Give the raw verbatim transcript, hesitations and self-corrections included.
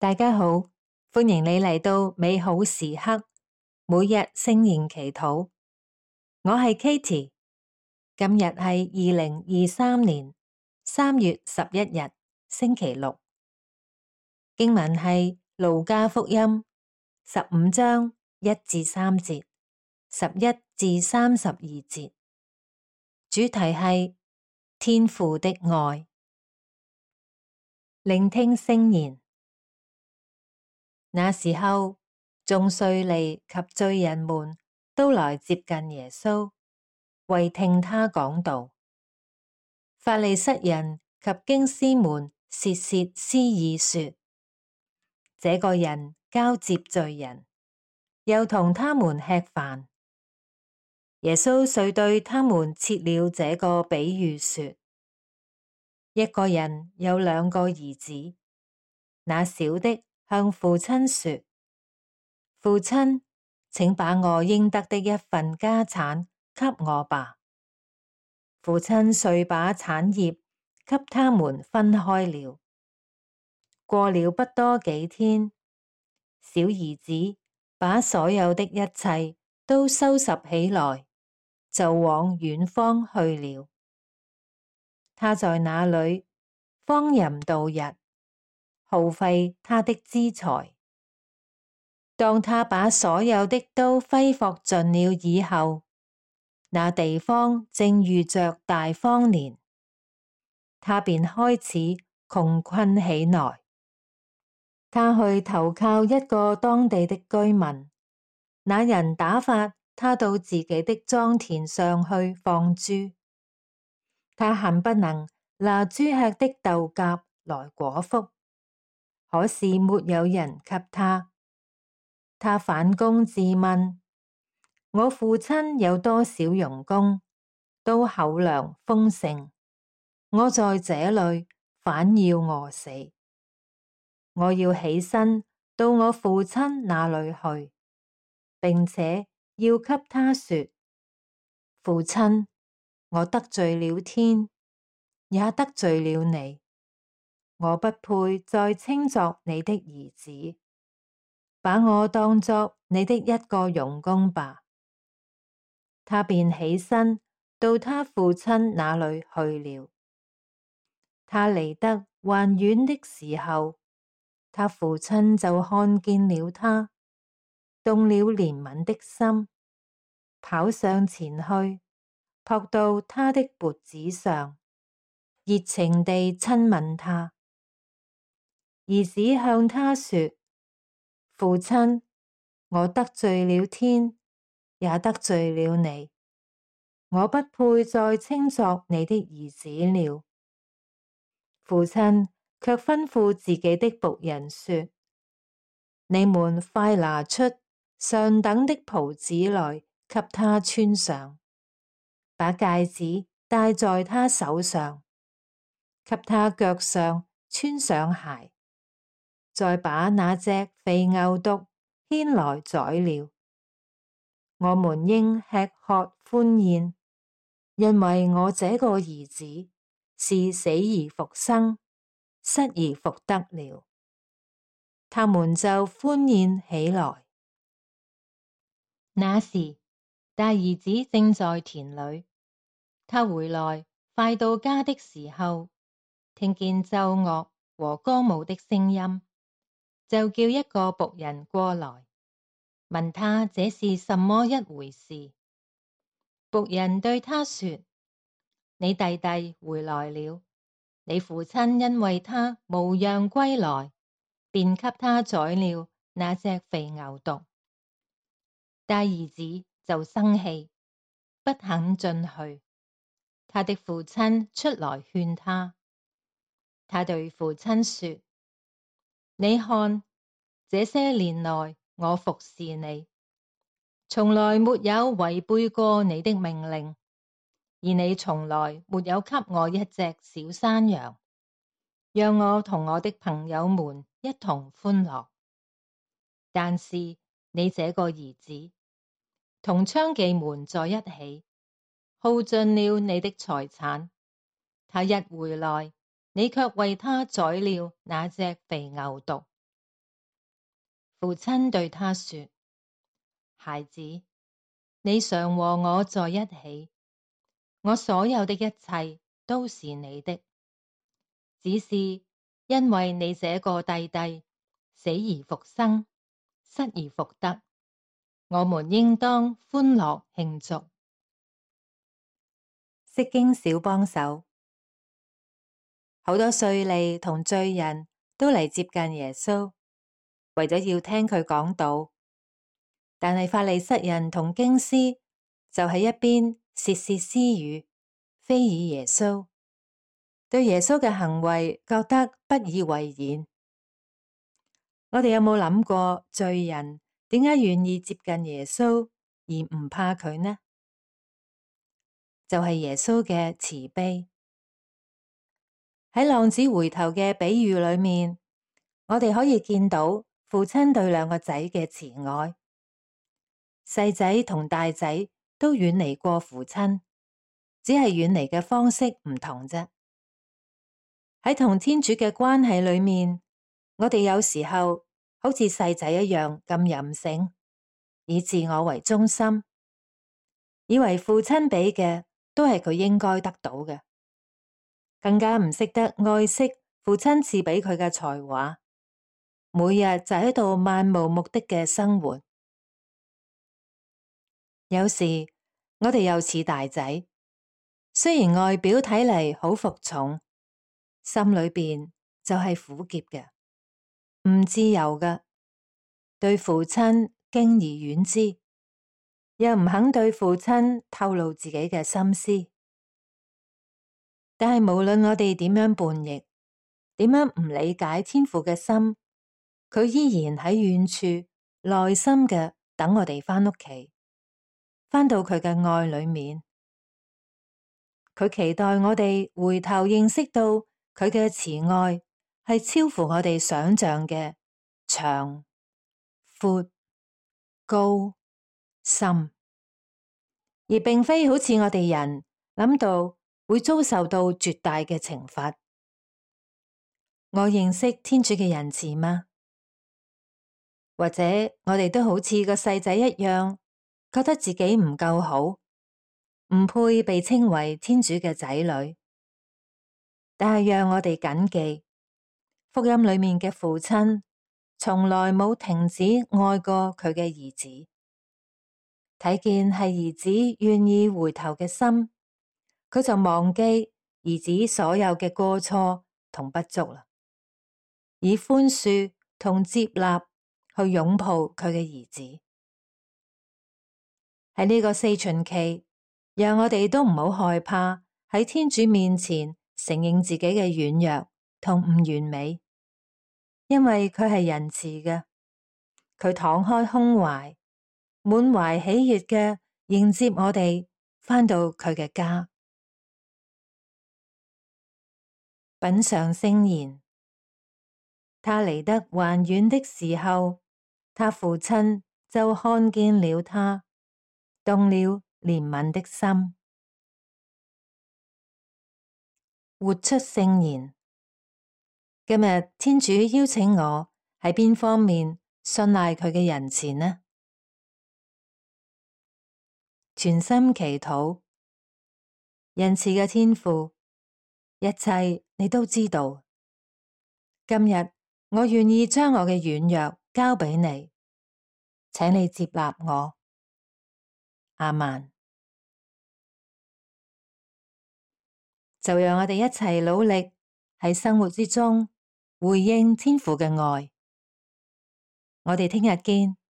大家好，歡迎你嚟到美好時刻，每日聖言祈禱。我係 Katie，今日係二零二三年三月十一日，星期六。經文係路加福音十五章一至三節，十一至三十二節。主題係天父的愛。聆聽聖言。那時候，眾稅吏及罪人們都來接近耶穌，為聽他講道。法利塞人及經師們竊竊私議說，這個人交接罪人，又同他們吃飯。耶穌遂對他們設了這個比喻說：一個人有兩個兒子，那小的向父親說：父親，請把我應得的一份家產給我吧。父親遂把產業給他們分開了。過了不多幾天，小兒子把所有的一切都收拾起來，就往遠方去了。他在那裡荒淫度日，耗費他的資財。當他把所有的都揮霍盡了以後，那地方正遇着大荒年，他便開始窮困起來。他去投靠一個當地的居民，那人打發他到自己的莊田上去放豬。他恨不能拿豬吃的豆莢來果腹，可是沒有人給他。他反躬自問：我父親有多少傭工，都口糧豐盛，我在這裡反要餓死。我要起身到我父親那裡去，並且要給他說：父親，我得罪了天，也得罪了你，我不配再稱作你的兒子。把我當作你的一個傭工吧。他便起身到他父親那裡去了。他離得還遠的時候，他父親就看見了他，動了憐憫的心，跑上前去，撲到他的脖子上，熱情地親吻他。兒子向他說：父親，我得罪了天，也得罪了你，我不配再稱作你的兒子了。父親卻吩咐自己的僕人說：你們快拿出上等的袍子來給他穿上，把戒指戴在他手上，給他腳上穿上鞋，再把那隻肥牛犢牽來宰了。我們應吃喝歡宴，因為我這個兒子是死而復生，失而復得了。他們就歡宴起來。那時，大兒子正在田裡，他回來快到家的時候，聽見奏樂和歌舞的聲音，就叫一個僕人過來，問他這是什麼一回事。僕人對他說：你弟弟回來了，你父親因為他無恙歸來，便給他宰了那隻肥牛犢。大兒子就生氣，不肯進去。他的父親出來勸他。他對父親說：你看，這些年來我服侍你，從來沒有違背過你的命令，而你從來沒有給我一隻小山羊，讓我同我的朋友們一同歡樂。但是你這個兒子，同娼妓們在一起，耗盡了你的財產。他一回來，你卻為他宰了那隻肥牛犢。 父親對他說：孩子，你常和我在一起，我所有的一切都是你的。只是因為你這個弟弟死而復生，失而復得，我們應當歡樂慶祝。釋經小幫手，好多稅吏同罪人都嚟接近耶穌，為咗要聽佢講道，但係法利塞人同經師就喺一邊竊竊私語，非議耶穌，對耶穌嘅行為覺得不以為然。我哋有冇諗過罪人點解願意接近耶穌而唔怕佢呢？就係耶穌嘅慈悲。喺浪子回頭嘅比喻裏面，我哋可以見到父親對兩個仔嘅慈愛。細仔同大仔都遠離過父親，只係遠離嘅方式唔同啫。喺同天主嘅關係裏面，我哋有時候好似細仔一樣咁任性，以自我為中心，以為父親俾嘅都係佢應該得到嘅，更加唔識得愛惜父親賜俾佢嘅才華，每日就喺度漫無目的嘅生活。有時我哋又似大仔，雖然外表睇嚟好服從，心裏邊就係苦澀嘅，唔自由嘅，對父親敬而遠之，又唔肯對父親透露自己嘅心思。但係無論我哋點樣叛逆，點樣唔理解天父嘅心，佢依然喺遠處耐心嘅等我哋返屋企，返到佢嘅愛裏面。佢期待我哋回頭認識到佢嘅慈愛係超乎我哋想象嘅長、闊、高、深，而並非好似我哋人諗到會遭受到絕大嘅懲罰。我認識天主嘅仁慈嗎？或者我哋都好似個細仔一樣，覺得自己唔夠好，唔配被稱為天主嘅仔女。但係讓我哋謹記，福音裏面嘅父親從來冇停止愛過佢嘅兒子，睇見係兒子願意回頭嘅心，佢就忘記兒子所有嘅過錯同不足啦，以寬恕同接納去擁抱佢嘅兒子。喺呢個四旬期，讓我哋都唔好害怕喺天主面前承認自己嘅軟弱同唔完美，因為佢係仁慈嘅，佢敞開胸懷，滿懷喜悅嘅迎接我哋返到佢嘅家。品嚐聖言，他離得還遠的時候，他父親就看見了他，動了憐憫的心。活出聖言。今日天主邀請我喺邊方面信賴佢嘅仁慈呢？全心祈禱，仁慈嘅天父，一切你都知道。今日我願意將我嘅軟弱交俾你，請你接納我。阿們。就讓我哋一齊努力喺生活之中回應天父嘅愛。我哋聽日見。